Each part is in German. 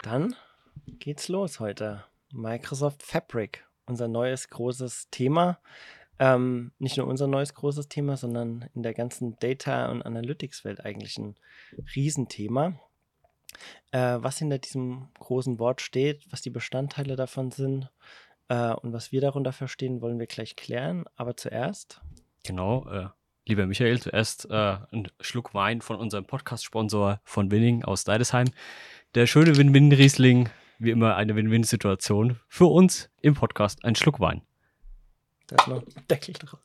Dann geht's los heute. Microsoft Fabric, unser neues großes Thema. Nicht nur unser neues großes Thema, sondern in der ganzen Data- und Analytics-Welt eigentlich ein Riesenthema. Was hinter diesem großen Wort steht, was die Bestandteile davon sind und was wir darunter verstehen, wollen wir gleich klären. Aber zuerst. Genau, lieber Michael, zuerst ein Schluck Wein von unserem Podcast-Sponsor von Winning aus Deidesheim. Der schöne Win-Win-Riesling, wie immer eine Win-Win-Situation. Für uns im Podcast ein Schluck Wein. Da ist noch ein Deckel drauf.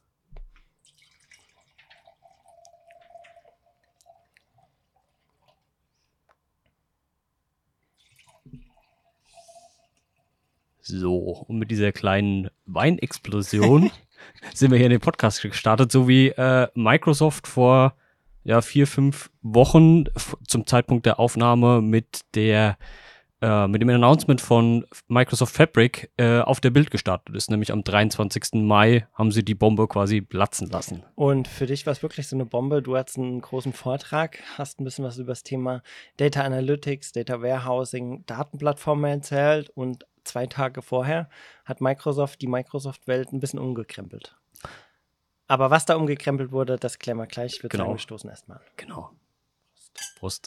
So, und mit dieser kleinen Weinexplosion sind wir hier in den Podcast gestartet, so wie Microsoft vor 4-5 Wochen zum Zeitpunkt der Aufnahme mit dem Announcement von Microsoft Fabric auf der Bild gestartet ist. Nämlich am 23. Mai haben sie die Bombe quasi platzen lassen. Und für dich war es wirklich so eine Bombe. Du hattest einen großen Vortrag, hast ein bisschen was über das Thema Data Analytics, Data Warehousing, Datenplattformen erzählt und 2 Tage vorher hat Microsoft die Microsoft-Welt ein bisschen umgekrempelt. Aber was da umgekrempelt wurde, das klären wir gleich. Ich würde sagen, wir stoßen erstmal an. Genau. Prost.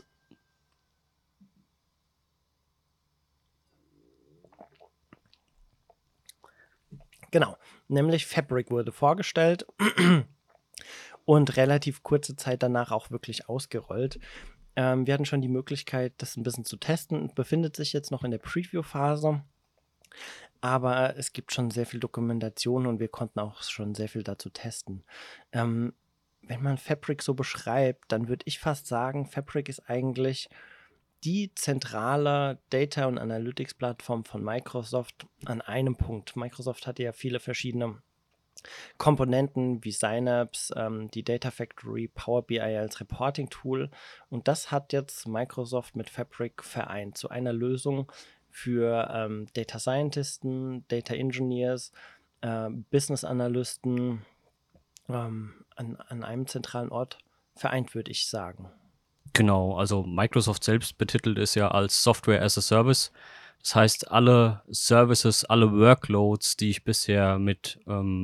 Genau, nämlich Fabric wurde vorgestellt und relativ kurze Zeit danach auch wirklich ausgerollt. Wir hatten schon die Möglichkeit, das ein bisschen zu testen, befindet sich jetzt noch in der Preview-Phase. Aber es gibt schon sehr viel Dokumentation und wir konnten auch schon sehr viel dazu testen. Wenn man Fabric so beschreibt, dann würde ich fast sagen, Fabric ist eigentlich die zentrale Data- und Analytics-Plattform von Microsoft an einem Punkt. Microsoft hatte ja viele verschiedene Komponenten wie Synapse, die Data Factory, Power BI als Reporting-Tool. Und das hat jetzt Microsoft mit Fabric vereint zu einer Lösung für Data Scientisten, Data Engineers, Business Analysten an einem zentralen Ort vereint, würde ich sagen. Genau, also Microsoft selbst betitelt es ja als Software as a Service. Das heißt, alle Services, alle Workloads, die ich bisher mit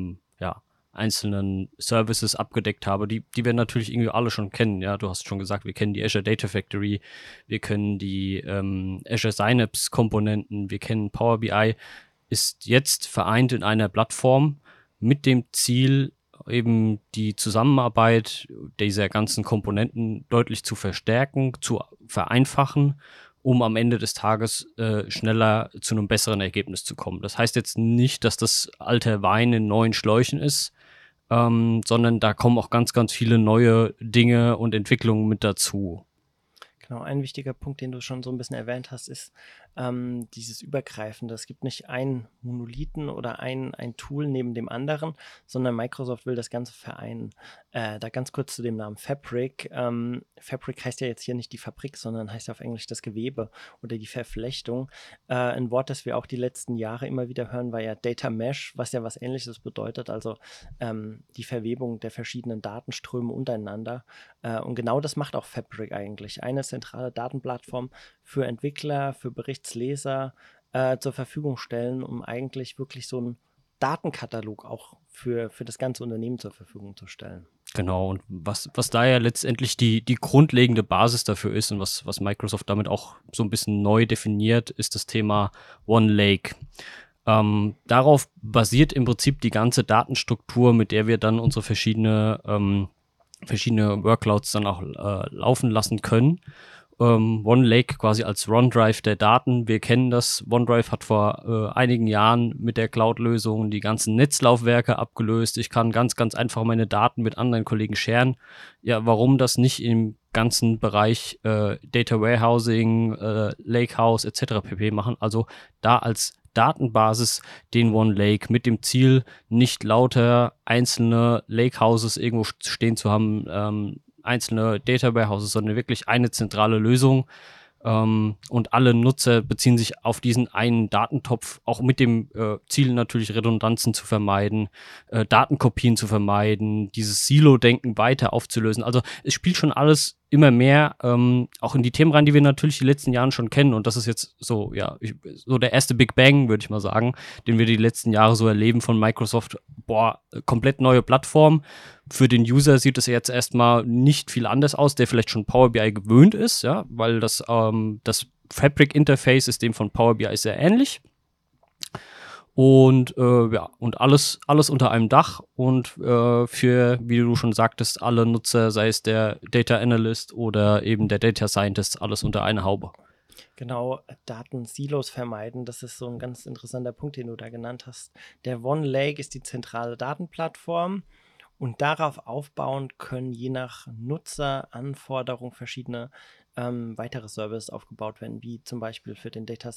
einzelnen Services abgedeckt habe, die wir natürlich irgendwie alle schon kennen. Ja, du hast schon gesagt, wir kennen die Azure Data Factory, wir kennen die Azure Synapse Komponenten, wir kennen Power BI, ist jetzt vereint in einer Plattform mit dem Ziel, eben die Zusammenarbeit dieser ganzen Komponenten deutlich zu verstärken, zu vereinfachen, um am Ende des Tages schneller zu einem besseren Ergebnis zu kommen. Das heißt jetzt nicht, dass das alte Wein in neuen Schläuchen ist, sondern da kommen auch ganz, ganz viele neue Dinge und Entwicklungen mit dazu. Genau, ein wichtiger Punkt, den du schon so ein bisschen erwähnt hast, ist dieses Übergreifende. Es gibt nicht einen Monolithen oder ein Tool neben dem anderen, sondern Microsoft will das Ganze vereinen. Da ganz kurz zu dem Namen Fabric. Fabric heißt ja jetzt hier nicht die Fabrik, sondern heißt ja auf Englisch das Gewebe oder die Verflechtung. Ein Wort, das wir auch die letzten Jahre immer wieder hören, war ja Data Mesh, was ja was Ähnliches bedeutet, also die Verwebung der verschiedenen Datenströme untereinander. Und genau das macht auch Fabric eigentlich. Eine zentrale Datenplattform für Entwickler, für Berichtsleser zur Verfügung stellen, um eigentlich wirklich so einen Datenkatalog auch für das ganze Unternehmen zur Verfügung zu stellen. Genau, und was da ja letztendlich die grundlegende Basis dafür ist und was Microsoft damit auch so ein bisschen neu definiert, ist das Thema One Lake. Darauf basiert im Prinzip die ganze Datenstruktur, mit der wir dann unsere verschiedene Workloads dann auch laufen lassen können. One Lake quasi als OneDrive der Daten. Wir kennen das. OneDrive hat vor einigen Jahren mit der Cloud-Lösung die ganzen Netzlaufwerke abgelöst. Ich kann ganz, ganz einfach meine Daten mit anderen Kollegen sharen. Ja, warum das nicht im ganzen Bereich Data Warehousing, Lakehouse etc. pp. machen? Also da als Datenbasis den One Lake mit dem Ziel, nicht lauter einzelne Lakehouses irgendwo stehen zu haben, einzelne Data Warehouses, sondern wirklich eine zentrale Lösung. Und alle Nutzer beziehen sich auf diesen einen Datentopf, auch mit dem Ziel natürlich Redundanzen zu vermeiden, Datenkopien zu vermeiden, dieses Silo-Denken weiter aufzulösen. Also es spielt schon alles immer mehr auch in die Themen rein, die wir natürlich die letzten Jahren schon kennen. Und das ist jetzt so, ja, so der erste Big Bang, würde ich mal sagen, den wir die letzten Jahre so erleben von Microsoft. Komplett neue Plattform. Für den User sieht es jetzt erstmal nicht viel anders aus, der vielleicht schon Power BI gewöhnt ist, ja, weil das Fabric-Interface ist dem von Power BI sehr ähnlich. Und und alles unter einem Dach und für, wie du schon sagtest, alle Nutzer, sei es der Data Analyst oder eben der Data Scientist, alles unter einer Haube. Genau, Datensilos vermeiden, das ist so ein ganz interessanter Punkt, den du da genannt hast. Der OneLake ist die zentrale Datenplattform und darauf aufbauend können je nach Nutzeranforderung verschiedene weitere Services aufgebaut werden, wie zum Beispiel für den Data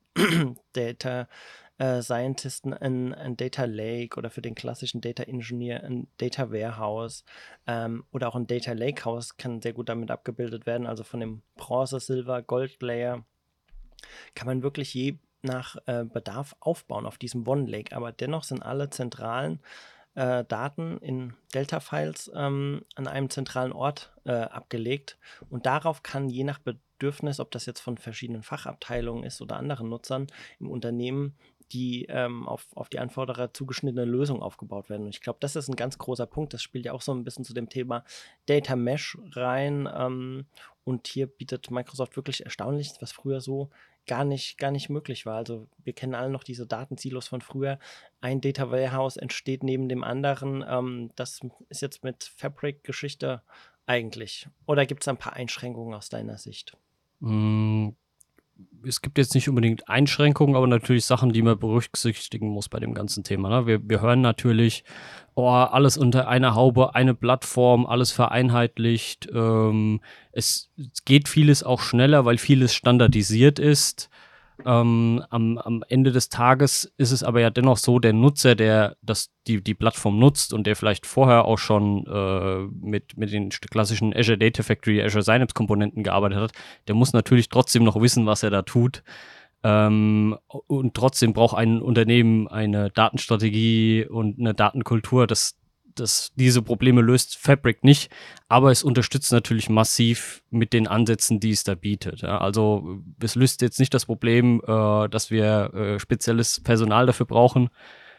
Scientisten ein Data Lake oder für den klassischen Data Engineer ein Data Warehouse oder auch ein Data Lakehouse kann sehr gut damit abgebildet werden. Also von dem Bronze, Silber, Gold Layer kann man wirklich je nach Bedarf aufbauen auf diesem OneLake. Aber dennoch sind alle zentralen Daten in Delta-Files an einem zentralen Ort abgelegt und darauf kann je nach Bedürfnis, ob das jetzt von verschiedenen Fachabteilungen ist oder anderen Nutzern im Unternehmen, die auf die Anforderer zugeschnittene Lösung aufgebaut werden. Und ich glaube, das ist ein ganz großer Punkt. Das spielt ja auch so ein bisschen zu dem Thema Data Mesh rein. Und hier bietet Microsoft wirklich Erstaunliches, was früher so gar nicht möglich war. Also wir kennen alle noch diese Datensilos von früher. Ein Data Warehouse entsteht neben dem anderen. Das ist jetzt mit Fabric-Geschichte eigentlich. Oder gibt es ein paar Einschränkungen aus deiner Sicht? Es gibt jetzt nicht unbedingt Einschränkungen, aber natürlich Sachen, die man berücksichtigen muss bei dem ganzen Thema. Ne? Wir hören natürlich, alles unter einer Haube, eine Plattform, alles vereinheitlicht. Es geht vieles auch schneller, weil vieles standardisiert ist. Am Ende des Tages ist es aber ja dennoch so, der Nutzer, der die Plattform nutzt und der vielleicht vorher auch schon mit den klassischen Azure Data Factory, Azure Synapse Komponenten gearbeitet hat, der muss natürlich trotzdem noch wissen, was er da tut. Und trotzdem braucht ein Unternehmen eine Datenstrategie und eine Datenkultur, diese Probleme löst Fabric nicht, aber es unterstützt natürlich massiv mit den Ansätzen, die es da bietet. Ja. Also es löst jetzt nicht das Problem, dass wir spezielles Personal dafür brauchen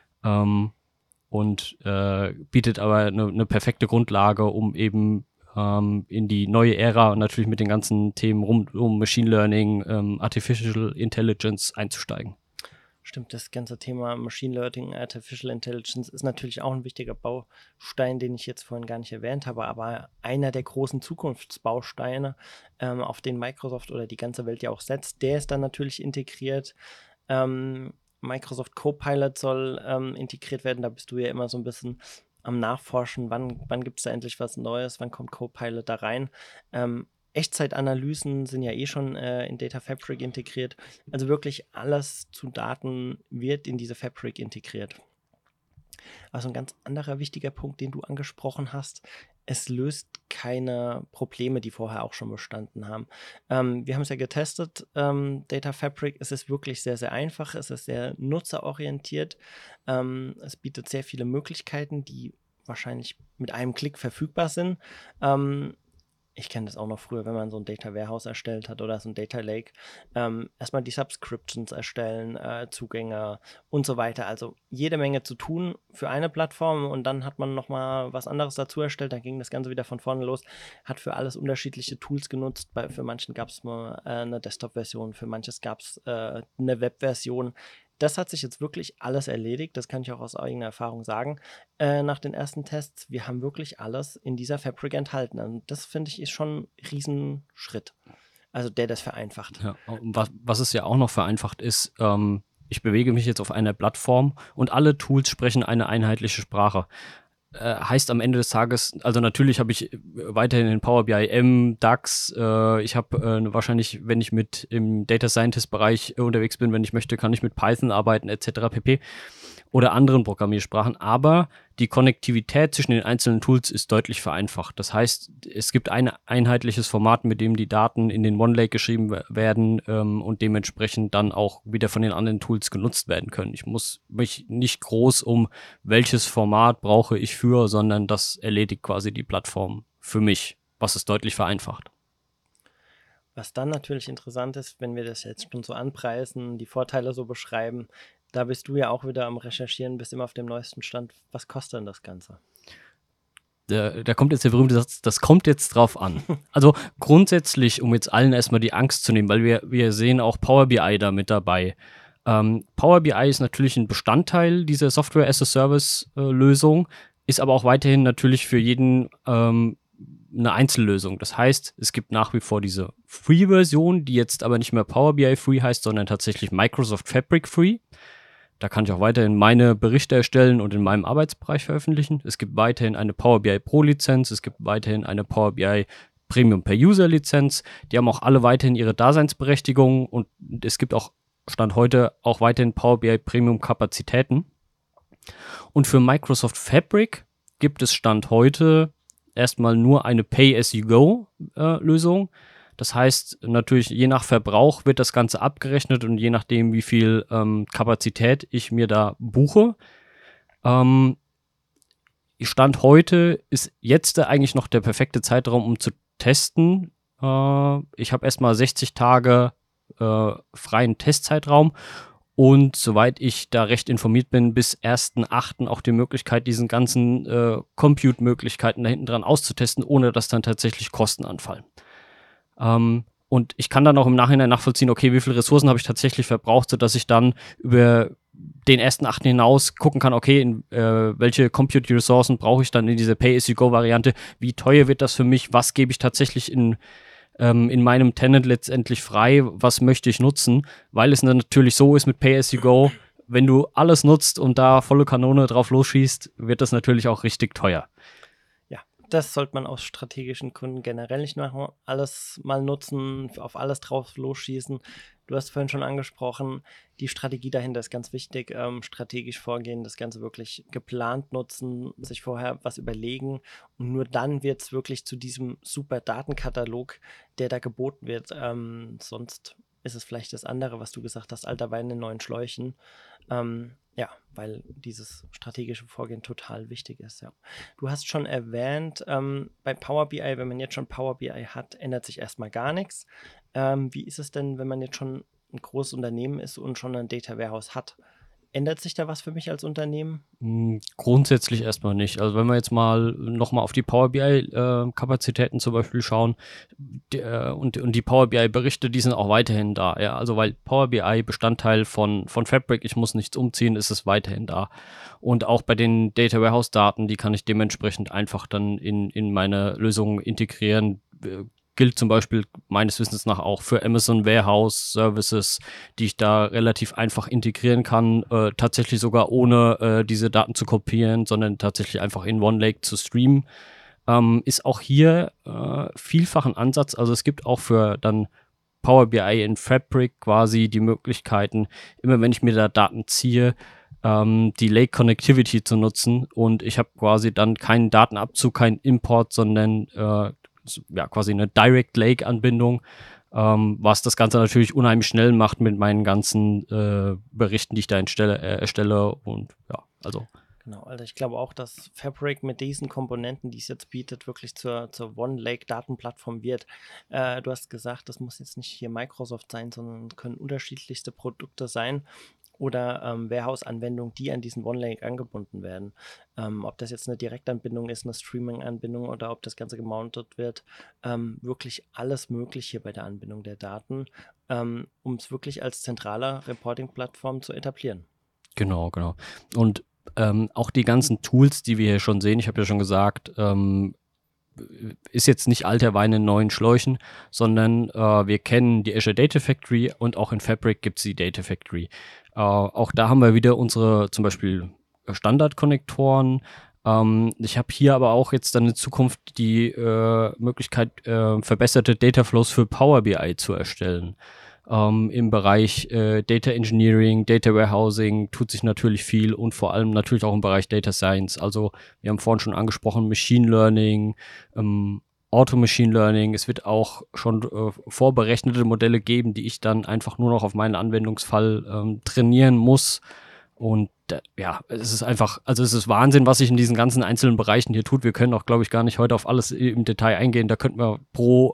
und bietet aber eine perfekte Grundlage, um eben in die neue Ära und natürlich mit den ganzen Themen rund um Machine Learning, Artificial Intelligence einzusteigen. Stimmt, das ganze Thema Machine Learning, Artificial Intelligence ist natürlich auch ein wichtiger Baustein, den ich jetzt vorhin gar nicht erwähnt habe, aber einer der großen Zukunftsbausteine, auf den Microsoft oder die ganze Welt ja auch setzt, der ist dann natürlich integriert. Microsoft Copilot soll integriert werden, da bist du ja immer so ein bisschen am Nachforschen, wann gibt es da endlich was Neues, wann kommt Copilot da rein. Echtzeitanalysen sind ja schon in Data Fabric integriert. Also wirklich alles zu Daten wird in diese Fabric integriert. Also ein ganz anderer wichtiger Punkt, den du angesprochen hast, es löst keine Probleme, die vorher auch schon bestanden haben. Wir haben es ja getestet, Data Fabric, es ist wirklich sehr, sehr einfach, es ist sehr nutzerorientiert, es bietet sehr viele Möglichkeiten, die wahrscheinlich mit einem Klick verfügbar sind. Ich kenne das auch noch früher, wenn man so ein Data Warehouse erstellt hat oder so ein Data Lake. Erstmal die Subscriptions erstellen, Zugänge und so weiter. Also jede Menge zu tun für eine Plattform und dann hat man nochmal was anderes dazu erstellt. Dann ging das Ganze wieder von vorne los. Hat für alles unterschiedliche Tools genutzt. Für manchen gab es mal eine Desktop-Version, für manches gab es eine Web-Version. Das hat sich jetzt wirklich alles erledigt, das kann ich auch aus eigener Erfahrung sagen, nach den ersten Tests. Wir haben wirklich alles in dieser Fabric enthalten. Und das, finde ich, ist schon ein Riesenschritt. Also der das vereinfacht. Ja, was es ja auch noch vereinfacht ist, ich bewege mich jetzt auf einer Plattform und alle Tools sprechen eine einheitliche Sprache. Heißt am Ende des Tages, also natürlich habe ich weiterhin den Power BI M, DAX, ich habe wahrscheinlich, wenn ich mit im Data Scientist Bereich unterwegs bin, wenn ich möchte, kann ich mit Python arbeiten etc. pp. Oder anderen Programmiersprachen, aber die Konnektivität zwischen den einzelnen Tools ist deutlich vereinfacht. Das heißt, es gibt ein einheitliches Format, mit dem die Daten in den OneLake geschrieben werden und dementsprechend dann auch wieder von den anderen Tools genutzt werden können. Ich muss mich nicht groß um welches Format brauche ich für, sondern das erledigt quasi die Plattform für mich. was es deutlich vereinfacht. Was dann natürlich interessant ist, wenn wir das jetzt schon so anpreisen, die Vorteile so beschreiben, da bist du ja auch wieder am Recherchieren, bist immer auf dem neuesten Stand. Was kostet denn das Ganze? Da kommt jetzt der berühmte Satz, das kommt jetzt drauf an. Also grundsätzlich, um jetzt allen erstmal die Angst zu nehmen, weil wir sehen auch Power BI da mit dabei. Power BI ist natürlich ein Bestandteil dieser Software-as-a-Service-Lösung, ist aber auch weiterhin natürlich für jeden eine Einzellösung. Das heißt, es gibt nach wie vor diese Free-Version, die jetzt aber nicht mehr Power BI Free heißt, sondern tatsächlich Microsoft Fabric Free. Da kann ich auch weiterhin meine Berichte erstellen und in meinem Arbeitsbereich veröffentlichen. Es gibt weiterhin eine Power BI Pro-Lizenz, es gibt weiterhin eine Power BI Premium per User-Lizenz. Die haben auch alle weiterhin ihre Daseinsberechtigung und es gibt auch Stand heute auch weiterhin Power BI Premium Kapazitäten. Und für Microsoft Fabric gibt es Stand heute erstmal nur eine Pay-as-you-go-Lösung. Das heißt, natürlich je nach Verbrauch wird das Ganze abgerechnet und je nachdem, wie viel Kapazität ich mir da buche. Stand heute ist jetzt eigentlich noch der perfekte Zeitraum, um zu testen. Ich habe erstmal 60 Tage freien Testzeitraum und soweit ich da recht informiert bin, bis 1.8. auch die Möglichkeit, diesen ganzen Compute-Möglichkeiten da hinten dran auszutesten, ohne dass dann tatsächlich Kosten anfallen. Und ich kann dann auch im Nachhinein nachvollziehen, okay, wie viele Ressourcen habe ich tatsächlich verbraucht, sodass ich dann über den 1.8. hinaus gucken kann, okay, welche Compute-Ressourcen brauche ich dann in dieser Pay-as-you-go-Variante, wie teuer wird das für mich, was gebe ich tatsächlich in meinem Tenant letztendlich frei, was möchte ich nutzen, weil es natürlich so ist mit Pay-as-you-go, wenn du alles nutzt und da volle Kanone drauf losschießt, wird das natürlich auch richtig teuer. Das sollte man aus strategischen Gründen generell nicht machen. Alles mal nutzen, auf alles drauf losschießen. Du hast vorhin schon angesprochen, die Strategie dahinter ist ganz wichtig. Strategisch vorgehen, das Ganze wirklich geplant nutzen, sich vorher was überlegen. Und nur dann wird es wirklich zu diesem super Datenkatalog, der da geboten wird. Sonst ist es vielleicht das andere, was du gesagt hast, alter Wein in neuen Schläuchen. Weil dieses strategische Vorgehen total wichtig ist, ja. Du hast schon erwähnt, bei Power BI, wenn man jetzt schon Power BI hat, ändert sich erstmal gar nichts. Wie ist es denn, wenn man jetzt schon ein großes Unternehmen ist und schon ein Data Warehouse hat? Ändert sich da was für mich als Unternehmen? Grundsätzlich erstmal nicht. Also wenn wir jetzt mal nochmal auf die Power BI-Kapazitäten zum Beispiel schauen und die Power BI-Berichte, die sind auch weiterhin da. Ja? Also weil Power BI Bestandteil von Fabric, ich muss nichts umziehen, ist es weiterhin da. Und auch bei den Data Warehouse-Daten, die kann ich dementsprechend einfach dann in meine Lösung integrieren. Gilt zum Beispiel meines Wissens nach auch für Amazon Warehouse Services, die ich da relativ einfach integrieren kann, tatsächlich sogar ohne diese Daten zu kopieren, sondern tatsächlich einfach in OneLake zu streamen. Ist auch hier vielfach ein Ansatz. Also es gibt auch für dann Power BI in Fabric quasi die Möglichkeiten, immer wenn ich mir da Daten ziehe, die Lake Connectivity zu nutzen und ich habe quasi dann keinen Datenabzug, keinen Import, sondern quasi eine Direct Lake Anbindung, was das Ganze natürlich unheimlich schnell macht mit meinen ganzen Berichten, die ich da erstelle und ja, also. Genau, also ich glaube auch, dass Fabric mit diesen Komponenten, die es jetzt bietet, wirklich zur OneLake-Datenplattform wird. Du hast gesagt, das muss jetzt nicht hier Microsoft sein, sondern können unterschiedlichste Produkte sein oder Warehouse-Anwendungen, die an diesen OneLake angebunden werden. Ob das jetzt eine Direktanbindung ist, eine Streaming-Anbindung oder ob das Ganze gemountet wird, wirklich alles möglich hier bei der Anbindung der Daten, um es wirklich als zentraler Reporting-Plattform zu etablieren. Genau. Und auch die ganzen Tools, die wir hier schon sehen, ich habe ja schon gesagt, ist jetzt nicht alter Wein in neuen Schläuchen, sondern wir kennen die Azure Data Factory und auch in Fabric gibt es die Data Factory. Auch da haben wir wieder unsere zum Beispiel Standardkonnektoren. Ich habe hier aber auch jetzt dann in Zukunft die Möglichkeit, verbesserte Data Flows für Power BI zu erstellen. Im Bereich Data Engineering, Data Warehousing tut sich natürlich viel und vor allem natürlich auch im Bereich Data Science. Also wir haben vorhin schon angesprochen, Machine Learning, Auto-Machine Learning. Es wird auch schon vorberechnete Modelle geben, die ich dann einfach nur noch auf meinen Anwendungsfall trainieren muss Und ja, es ist einfach, also es ist Wahnsinn, was sich in diesen ganzen einzelnen Bereichen hier tut. Wir können auch, glaube ich, gar nicht heute auf alles im Detail eingehen. Da könnten wir pro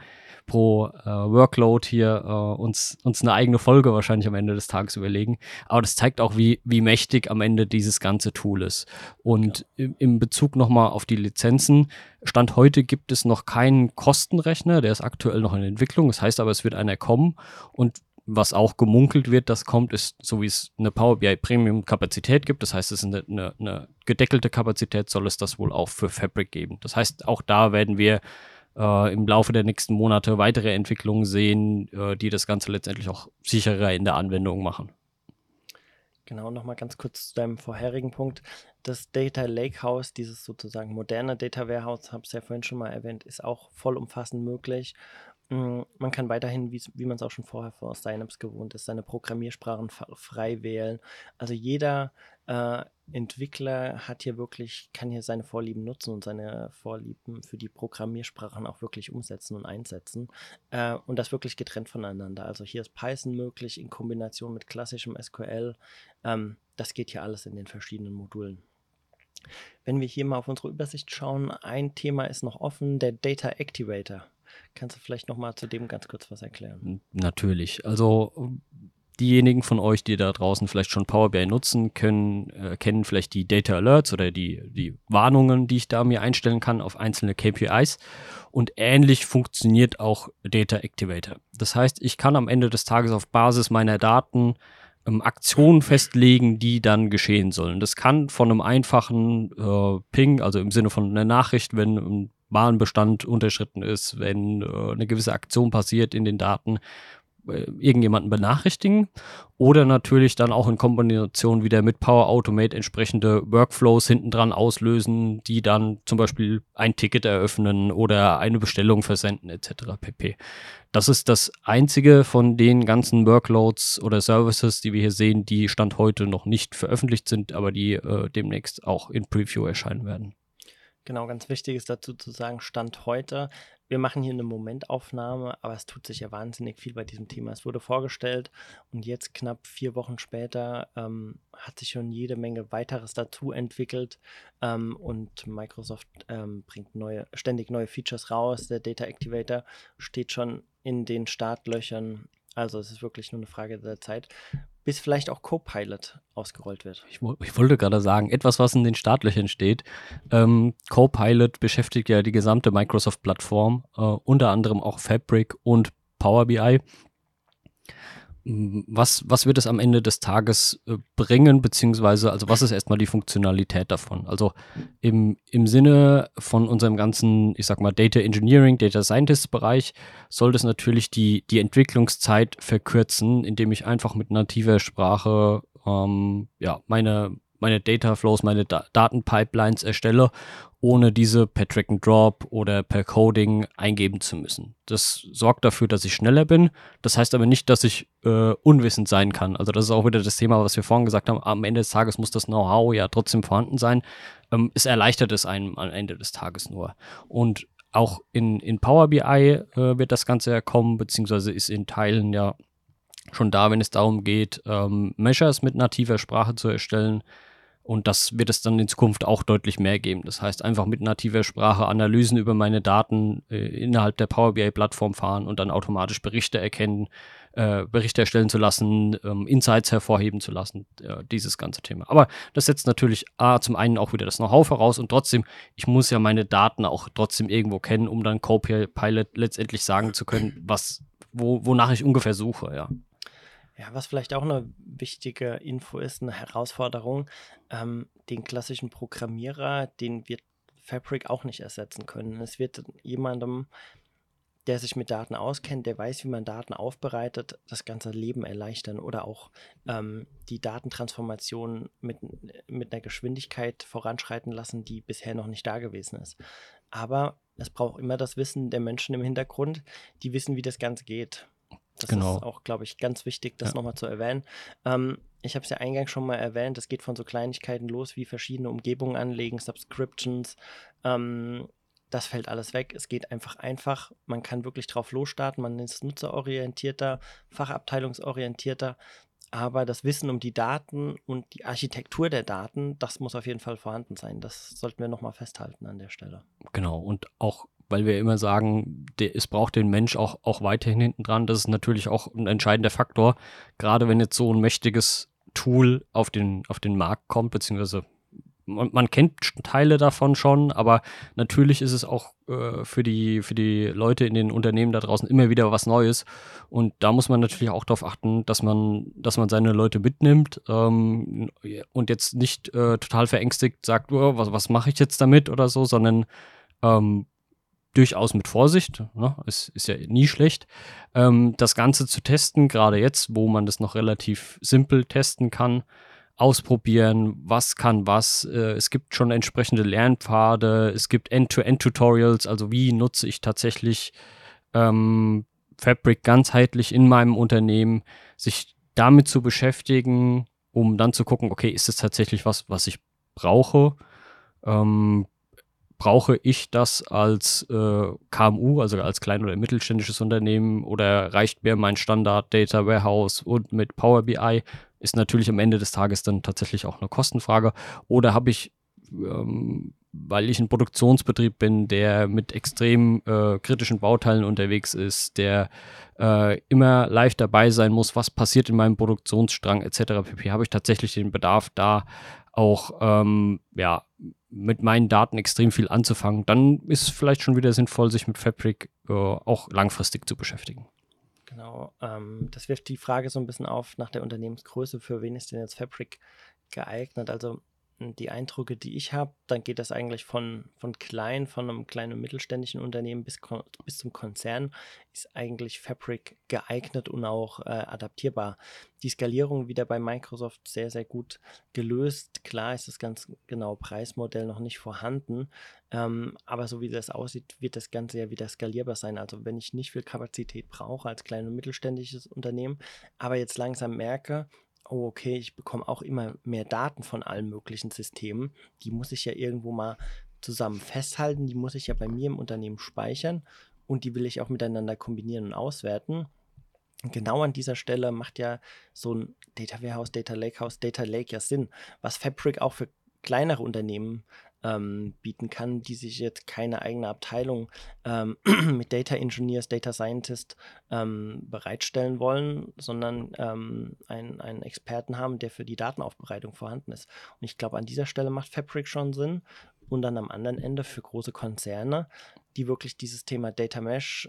Workload hier uns eine eigene Folge wahrscheinlich am Ende des Tages überlegen. Aber das zeigt auch, wie mächtig am Ende dieses ganze Tool ist. Und im Bezug nochmal auf die Lizenzen, Stand heute gibt es noch keinen Kostenrechner, der ist aktuell noch in Entwicklung. Das heißt aber, es wird einer kommen. Und was auch gemunkelt wird, das kommt, ist, so wie es eine Power BI Premium Kapazität gibt, das heißt, es ist eine gedeckelte Kapazität, soll es das wohl auch für Fabric geben. Das heißt, auch da werden wir im Laufe der nächsten Monate weitere Entwicklungen sehen, die das Ganze letztendlich auch sicherer in der Anwendung machen. Genau, nochmal ganz kurz zu deinem vorherigen Punkt. Das Data Lakehouse, dieses sozusagen moderne Data Warehouse, habe ich ja vorhin schon mal erwähnt, ist auch vollumfassend möglich. Man kann weiterhin, wie man es auch schon vorher vor Synapse gewohnt ist, seine Programmiersprachen frei wählen. Also jeder Entwickler kann hier seine Vorlieben nutzen und seine Vorlieben für die Programmiersprachen auch wirklich umsetzen und einsetzen. Und das wirklich getrennt voneinander. Also hier ist Python möglich in Kombination mit klassischem SQL. Das geht hier alles in den verschiedenen Modulen. Wenn wir hier mal auf unsere Übersicht schauen, ein Thema ist noch offen, der Data Activator. Kannst du vielleicht nochmal zu dem ganz kurz was erklären? Natürlich. Also diejenigen von euch, die da draußen vielleicht schon Power BI nutzen, kennen vielleicht die Data Alerts oder die Warnungen, die ich da mir einstellen kann auf einzelne KPIs. Und ähnlich funktioniert auch Data Activator. Das heißt, ich kann am Ende des Tages auf Basis meiner Daten Aktionen festlegen, die dann geschehen sollen. Das kann von einem einfachen Ping, also im Sinne von einer Nachricht, wenn ein Warenbestand unterschritten ist, wenn eine gewisse Aktion passiert in den Daten, irgendjemanden benachrichtigen oder natürlich dann auch in Kombination wieder mit Power Automate entsprechende Workflows hinten dran auslösen, die dann zum Beispiel ein Ticket eröffnen oder eine Bestellung versenden etc. pp. Das ist das einzige von den ganzen Workloads oder Services, die wir hier sehen, die Stand heute noch nicht veröffentlicht sind, aber die demnächst auch in Preview erscheinen werden. Genau, ganz wichtig ist dazu zu sagen, Stand heute. Wir machen hier eine Momentaufnahme, aber es tut sich ja wahnsinnig viel bei diesem Thema. Es wurde vorgestellt und jetzt knapp 4 Wochen später hat sich schon jede Menge weiteres dazu entwickelt und Microsoft bringt ständig neue Features raus. Der Data Activator steht schon in den Startlöchern. Also es ist wirklich nur eine Frage der Zeit, bis vielleicht auch Copilot ausgerollt wird. Ich wollte gerade sagen, etwas, was in den Startlöchern steht. Copilot beschäftigt ja die gesamte Microsoft-Plattform, unter anderem auch Fabric und Power BI. Was wird es am Ende des Tages bringen, beziehungsweise, also was ist erstmal die Funktionalität davon? Also im Sinne von unserem ganzen, ich sag mal, Data Engineering, Data Scientist Bereich, soll das natürlich die Entwicklungszeit verkürzen, indem ich einfach mit nativer Sprache meine Data Flows, meine Datenpipelines erstelle, ohne diese per Drag and Drop oder per Coding eingeben zu müssen. Das sorgt dafür, dass ich schneller bin. Das heißt aber nicht, dass ich unwissend sein kann. Also das ist auch wieder das Thema, was wir vorhin gesagt haben. Am Ende des Tages muss das Know-how ja trotzdem vorhanden sein. Es erleichtert es einem am Ende des Tages nur. Und auch in Power BI wird das Ganze ja kommen, beziehungsweise ist in Teilen ja schon da, wenn es darum geht, Measures mit nativer Sprache zu erstellen. Und das wird es dann in Zukunft auch deutlich mehr geben. Das heißt, einfach mit nativer Sprache Analysen über meine Daten innerhalb der Power BI-Plattform fahren und dann automatisch Berichte erstellen zu lassen, Insights hervorheben zu lassen, dieses ganze Thema. Aber das setzt natürlich zum einen auch wieder das Know-how voraus und trotzdem, ich muss ja meine Daten auch trotzdem irgendwo kennen, um dann Copilot letztendlich sagen zu können, wonach ich ungefähr suche, ja. Ja, was vielleicht auch eine wichtige Info ist, eine Herausforderung, den klassischen Programmierer, den wird Fabric auch nicht ersetzen können. Es wird jemandem, der sich mit Daten auskennt, der weiß, wie man Daten aufbereitet, das ganze Leben erleichtern oder auch die Datentransformation mit einer Geschwindigkeit voranschreiten lassen, die bisher noch nicht da gewesen ist. Aber es braucht immer das Wissen der Menschen im Hintergrund, die wissen, wie das Ganze geht. Das ist auch, glaube ich, ganz wichtig, das nochmal zu erwähnen. Ich habe es ja eingangs schon mal erwähnt, es geht von so Kleinigkeiten los, wie verschiedene Umgebungen anlegen, Subscriptions. Das fällt alles weg. Es geht einfach. Man kann wirklich drauf losstarten. Man ist nutzerorientierter, fachabteilungsorientierter. aber das Wissen um die Daten und die Architektur der Daten, das muss auf jeden Fall vorhanden sein. Das sollten wir nochmal festhalten an der Stelle. Genau, und auch, weil wir immer sagen, es braucht den Mensch auch weiterhin hinten dran, das ist natürlich auch ein entscheidender Faktor, gerade wenn jetzt so ein mächtiges Tool auf den Markt kommt, beziehungsweise man kennt Teile davon schon, aber natürlich ist es auch für die Leute in den Unternehmen da draußen immer wieder was Neues. Und da muss man natürlich auch darauf achten, dass man seine Leute mitnimmt und jetzt nicht total verängstigt sagt, oh, was mache ich jetzt damit oder so, sondern durchaus mit Vorsicht, ne? Ist ja nie schlecht, das Ganze zu testen, gerade jetzt, wo man das noch relativ simpel testen kann, ausprobieren, was kann was. Es gibt schon entsprechende Lernpfade, es gibt End-to-End-Tutorials, also wie nutze ich tatsächlich Fabric ganzheitlich in meinem Unternehmen, sich damit zu beschäftigen, um dann zu gucken, okay, ist es tatsächlich was ich brauche? Brauche ich das als KMU, also als klein- oder mittelständisches Unternehmen, oder reicht mir mein Standard Data Warehouse und mit Power BI? Ist natürlich am Ende des Tages dann tatsächlich auch eine Kostenfrage. Oder habe ich, weil ich ein Produktionsbetrieb bin, der mit extrem kritischen Bauteilen unterwegs ist, der immer live dabei sein muss, was passiert in meinem Produktionsstrang etc. pp., habe ich tatsächlich den Bedarf, da auch mit meinen Daten extrem viel anzufangen, dann ist es vielleicht schon wieder sinnvoll, sich mit Fabric auch langfristig zu beschäftigen. Genau, das wirft die Frage so ein bisschen auf nach der Unternehmensgröße, für wen ist denn jetzt Fabric geeignet? Also die Eindrücke, die ich habe, dann geht das eigentlich von einem kleinen und mittelständischen Unternehmen bis zum Konzern, ist eigentlich Fabric geeignet und auch adaptierbar. Die Skalierung wieder bei Microsoft sehr, sehr gut gelöst. Klar ist das ganz genaue Preismodell noch nicht vorhanden, aber so wie das aussieht, wird das Ganze ja wieder skalierbar sein. Also wenn ich nicht viel Kapazität brauche als kleines und mittelständisches Unternehmen, aber jetzt langsam merke, oh, okay, ich bekomme auch immer mehr Daten von allen möglichen Systemen. Die muss ich ja irgendwo mal zusammen festhalten. Die muss ich ja bei mir im Unternehmen speichern und die will ich auch miteinander kombinieren und auswerten. Und genau an dieser Stelle macht ja so ein Data Warehouse, Data Lakehouse, Data Lake ja Sinn, was Fabric auch für kleinere Unternehmen bieten kann, die sich jetzt keine eigene Abteilung mit Data Engineers, Data Scientist bereitstellen wollen, sondern einen Experten haben, der für die Datenaufbereitung vorhanden ist. Und ich glaube, an dieser Stelle macht Fabric schon Sinn. Und dann am anderen Ende für große Konzerne, die wirklich dieses Thema Data Mesh,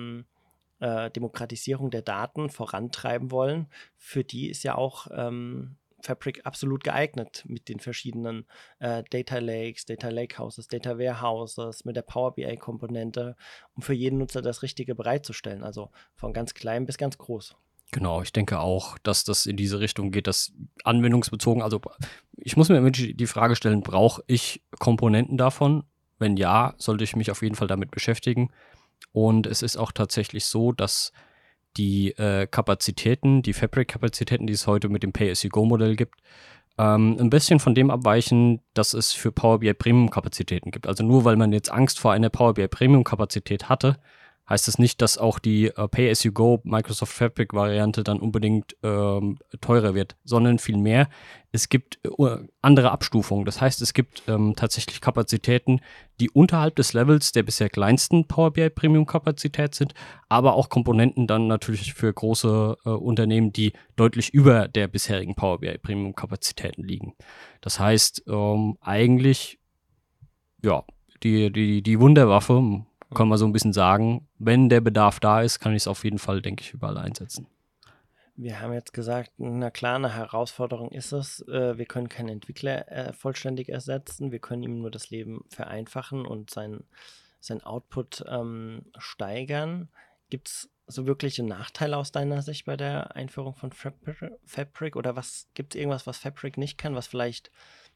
Demokratisierung der Daten vorantreiben wollen, für die ist ja auch Fabric absolut geeignet mit den verschiedenen Data Lakes, Data Lakehouses, Data Warehouses, mit der Power BI-Komponente, um für jeden Nutzer das Richtige bereitzustellen. Also von ganz klein bis ganz groß. Genau, ich denke auch, dass das in diese Richtung geht, dass anwendungsbezogen, also ich muss mir immer die Frage stellen, brauche ich Komponenten davon? Wenn ja, sollte ich mich auf jeden Fall damit beschäftigen. Und es ist auch tatsächlich so, dass die Kapazitäten, die Fabric-Kapazitäten, die es heute mit dem Pay-as-you-go-Modell gibt, ein bisschen von dem abweichen, dass es für Power BI Premium-Kapazitäten gibt. Also nur weil man jetzt Angst vor einer Power BI Premium-Kapazität hatte, heißt es nicht, dass auch die Pay-as-you-go Microsoft Fabric-Variante dann unbedingt teurer wird, sondern vielmehr, es gibt andere Abstufungen. Das heißt, es gibt tatsächlich Kapazitäten, die unterhalb des Levels der bisher kleinsten Power BI Premium-Kapazität sind, aber auch Komponenten dann natürlich für große Unternehmen, die deutlich über der bisherigen Power BI Premium-Kapazitäten liegen. Das heißt, eigentlich, ja, die Wunderwaffe, kann man so ein bisschen sagen, wenn der Bedarf da ist, kann ich es auf jeden Fall, denke ich, überall einsetzen. Wir haben jetzt gesagt, na klar, eine Herausforderung ist es. Wir können keinen Entwickler vollständig ersetzen. Wir können ihm nur das Leben vereinfachen und sein Output steigern. Gibt es so wirkliche Nachteile aus deiner Sicht bei der Einführung von Fabric? Oder gibt es irgendwas, was Fabric nicht kann, was vielleicht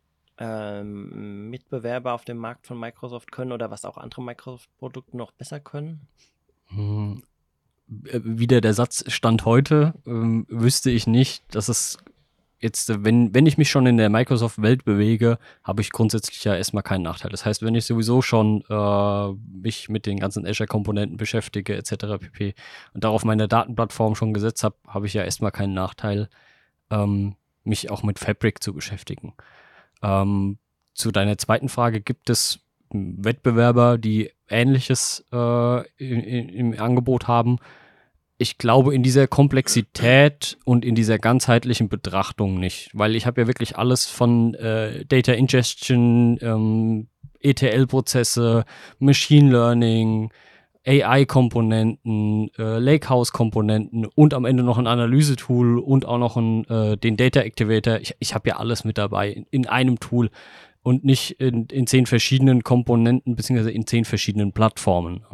Mitbewerber auf dem Markt von Microsoft können oder was auch andere Microsoft-Produkte noch besser können? Wieder der Satz Stand heute, wüsste ich nicht, dass es jetzt, wenn ich mich schon in der Microsoft-Welt bewege, habe ich grundsätzlich ja erstmal keinen Nachteil. Das heißt, wenn ich sowieso schon mich mit den ganzen Azure-Komponenten beschäftige etc. pp. und darauf meine Datenplattform schon gesetzt habe, habe ich ja erstmal keinen Nachteil. mich auch mit Fabric zu beschäftigen. Zu deiner zweiten Frage, gibt es Wettbewerber, die Ähnliches im Angebot haben? Ich glaube, in dieser Komplexität und in dieser ganzheitlichen Betrachtung nicht, weil ich habe ja wirklich alles von Data Ingestion, ETL-Prozesse, Machine Learning, AI-Komponenten, Lakehouse-Komponenten und am Ende noch ein Analyse-Tool und auch noch den Data Activator. Ich habe ja alles mit dabei in einem Tool und nicht in 10 verschiedenen Komponenten beziehungsweise in 10 verschiedenen Plattformen.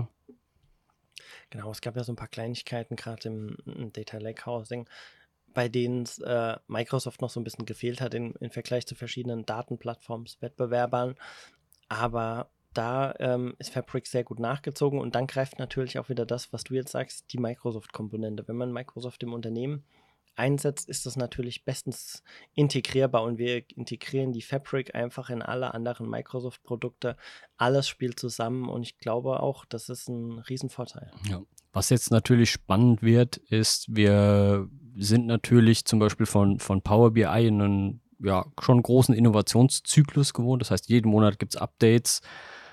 Genau, es gab ja so ein paar Kleinigkeiten, gerade im Data Lakehousing, bei denen es Microsoft noch so ein bisschen gefehlt hat im Vergleich zu verschiedenen Datenplattforms-Wettbewerbern. Aber da ist Fabric sehr gut nachgezogen und dann greift natürlich auch wieder das, was du jetzt sagst, die Microsoft-Komponente. Wenn man Microsoft im Unternehmen einsetzt, ist das natürlich bestens integrierbar und wir integrieren die Fabric einfach in alle anderen Microsoft-Produkte. Alles spielt zusammen und ich glaube auch, das ist ein Riesenvorteil. Ja. Was jetzt natürlich spannend wird, ist, wir sind natürlich zum Beispiel von Power BI in einen schon großen Innovationszyklus gewohnt. Das heißt, jeden Monat gibt es Updates.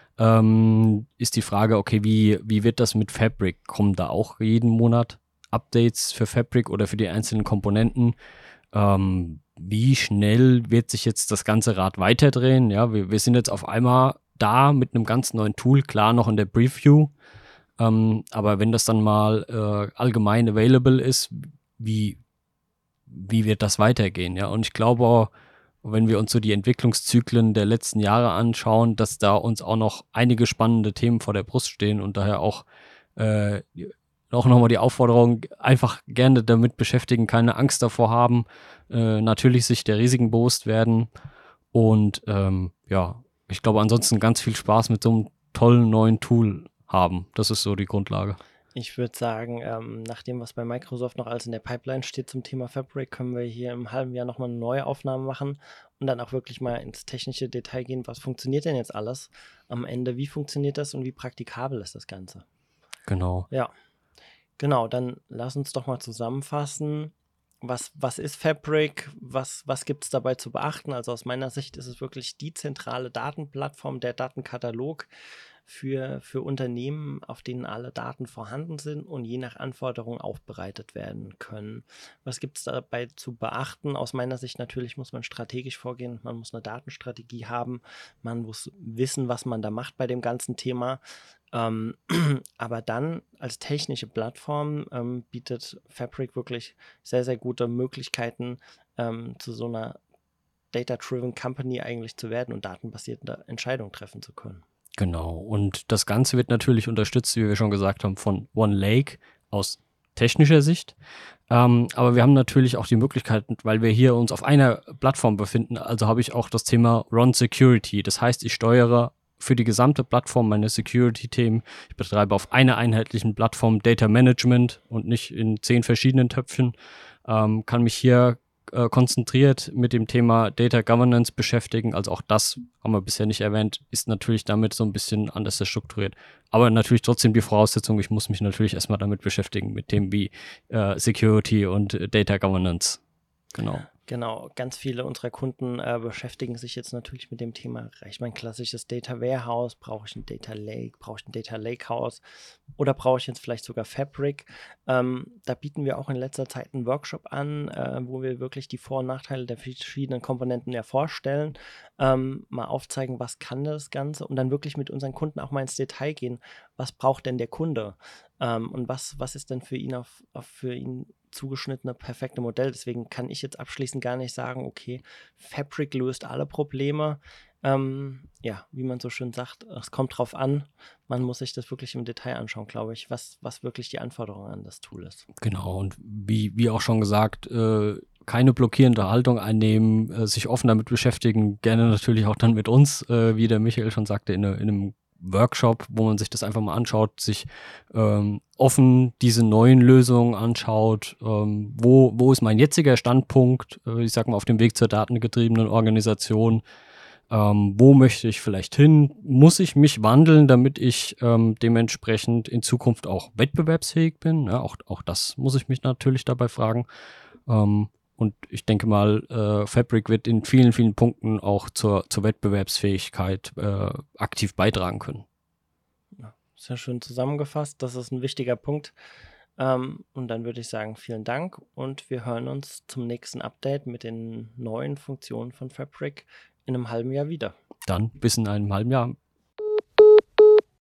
Ist die Frage, okay, wie wird das mit Fabric? Kommen da auch jeden Monat Updates für Fabric oder für die einzelnen Komponenten? Wie schnell wird sich jetzt das ganze Rad weiterdrehen? Ja, wir sind jetzt auf einmal da mit einem ganz neuen Tool, klar noch in der Preview, aber wenn das dann mal allgemein available ist, wie wird das weitergehen? Ja, und ich glaube, wenn wir uns so die Entwicklungszyklen der letzten Jahre anschauen, dass da uns auch noch einige spannende Themen vor der Brust stehen und daher auch nochmal die Aufforderung, einfach gerne damit beschäftigen, keine Angst davor haben, natürlich sich der Risiken bewusst werden und ich glaube ansonsten ganz viel Spaß mit so einem tollen neuen Tool haben. Das ist so die Grundlage. Ich würde sagen, nach dem, was bei Microsoft noch alles in der Pipeline steht zum Thema Fabric, können wir hier im halben Jahr nochmal eine neue Aufnahme machen und dann auch wirklich mal ins technische Detail gehen. Was funktioniert denn jetzt alles am Ende? Wie funktioniert das und wie praktikabel ist das Ganze? Genau. Ja, genau. Dann lass uns doch mal zusammenfassen. Was ist Fabric? Was gibt es dabei zu beachten? Also aus meiner Sicht ist es wirklich die zentrale Datenplattform, der Datenkatalog für Unternehmen, auf denen alle Daten vorhanden sind und je nach Anforderung aufbereitet werden können. Was gibt es dabei zu beachten? Aus meiner Sicht natürlich muss man strategisch vorgehen, man muss eine Datenstrategie haben, man muss wissen, was man da macht bei dem ganzen Thema. Aber dann als technische Plattform bietet Fabric wirklich sehr, sehr gute Möglichkeiten, zu so einer Data-Driven Company eigentlich zu werden und datenbasierte Entscheidungen treffen zu können. Genau, und das Ganze wird natürlich unterstützt, wie wir schon gesagt haben, von OneLake aus technischer Sicht. Aber wir haben natürlich auch die Möglichkeit, weil wir hier uns auf einer Plattform befinden, also habe ich auch das Thema Run Security. Das heißt, ich steuere für die gesamte Plattform meine Security-Themen. Ich betreibe auf einer einheitlichen Plattform Data Management und nicht in 10 verschiedenen Töpfchen. Kann mich hier konzentriert mit dem Thema Data Governance beschäftigen. Also auch das haben wir bisher nicht erwähnt, ist natürlich damit so ein bisschen anders strukturiert. Aber natürlich trotzdem die Voraussetzung, ich muss mich natürlich erstmal damit beschäftigen, mit Themen wie Security und Data Governance. Genau, ganz viele unserer Kunden beschäftigen sich jetzt natürlich mit dem Thema, reicht mein klassisches Data Warehouse, brauche ich ein Data Lake, brauche ich ein Data Lakehouse oder brauche ich jetzt vielleicht sogar Fabric? Da bieten wir auch in letzter Zeit einen Workshop an, wo wir wirklich die Vor- und Nachteile der verschiedenen Komponenten vorstellen, mal aufzeigen, was kann das Ganze und dann wirklich mit unseren Kunden auch mal ins Detail gehen, was braucht denn der Kunde und was ist denn für ihn zugeschnittene, perfekte Modell. Deswegen kann ich jetzt abschließend gar nicht sagen, okay, Fabric löst alle Probleme. Wie man so schön sagt, es kommt drauf an. Man muss sich das wirklich im Detail anschauen, glaube ich, was wirklich die Anforderung an das Tool ist. Genau, und wie auch schon gesagt, keine blockierende Haltung einnehmen, sich offen damit beschäftigen, gerne natürlich auch dann mit uns, wie der Michael schon sagte, in einem Workshop, wo man sich das einfach mal anschaut, sich offen diese neuen Lösungen anschaut, wo ist mein jetziger Standpunkt, ich sag mal auf dem Weg zur datengetriebenen Organisation, wo möchte ich vielleicht hin, muss ich mich wandeln, damit ich dementsprechend in Zukunft auch wettbewerbsfähig bin, ja, auch das muss ich mich natürlich dabei fragen Und ich denke mal, Fabric wird in vielen, vielen Punkten auch zur Wettbewerbsfähigkeit aktiv beitragen können. Ja, sehr schön zusammengefasst. Das ist ein wichtiger Punkt. Und dann würde ich sagen, vielen Dank und wir hören uns zum nächsten Update mit den neuen Funktionen von Fabric in einem halben Jahr wieder. Dann bis in einem halben Jahr.